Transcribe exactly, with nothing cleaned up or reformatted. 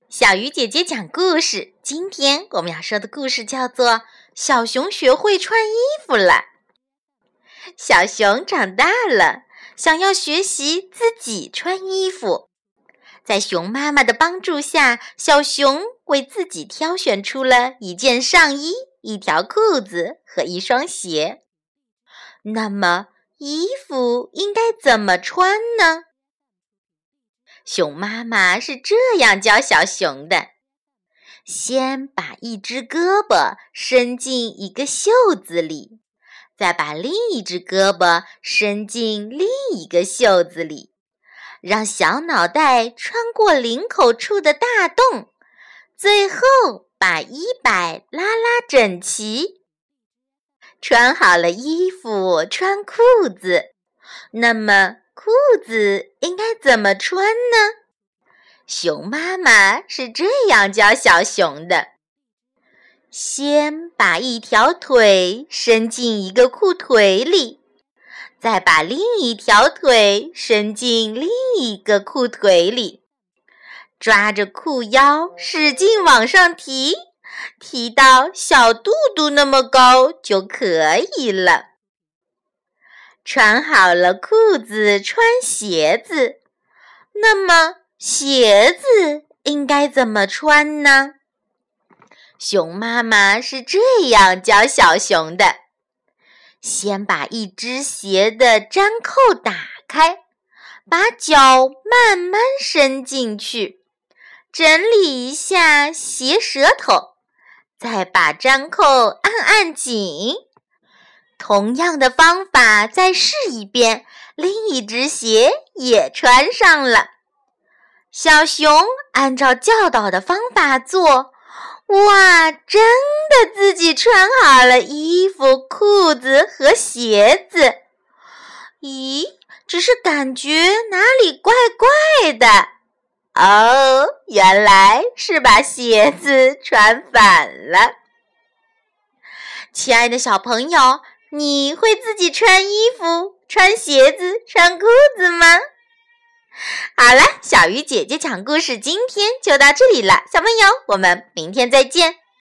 小鱼姐姐讲故事，今天我们要说的故事叫做《小熊学会穿衣服了》。小熊长大了，想要学习自己穿衣服。在熊妈妈的帮助下，小熊为自己挑选出了一件上衣、一条裤子和一双鞋。那么，衣服应该怎么穿呢？熊妈妈是这样教小熊的：先把一只胳膊伸进一个袖子里，再把另一只胳膊伸进另一个袖子里，让小脑袋穿过领口处的大洞，最后把衣摆拉拉整齐。穿好了衣服，穿裤子，那么裤子应该怎么穿呢？熊妈妈是这样教小熊的：先把一条腿伸进一个裤腿里，再把另一条腿伸进另一个裤腿里，抓着裤腰使劲往上提，提到小肚肚那么高就可以了。穿好了裤子，穿鞋子，那么鞋子应该怎么穿呢？熊妈妈是这样教小熊的：先把一只鞋的粘扣打开，把脚慢慢伸进去，整理一下鞋舌头，再把粘扣按按紧。同样的方法再试一遍，另一只鞋也穿上了。小熊按照教导的方法做，哇，真的自己穿好了衣服、裤子和鞋子。咦，只是感觉哪里怪怪的。哦，原来是把鞋子穿反了。亲爱的小朋友，你会自己穿衣服、穿鞋子、穿裤子吗？好了，小鱼姐姐讲故事今天就到这里了，小朋友，我们明天再见。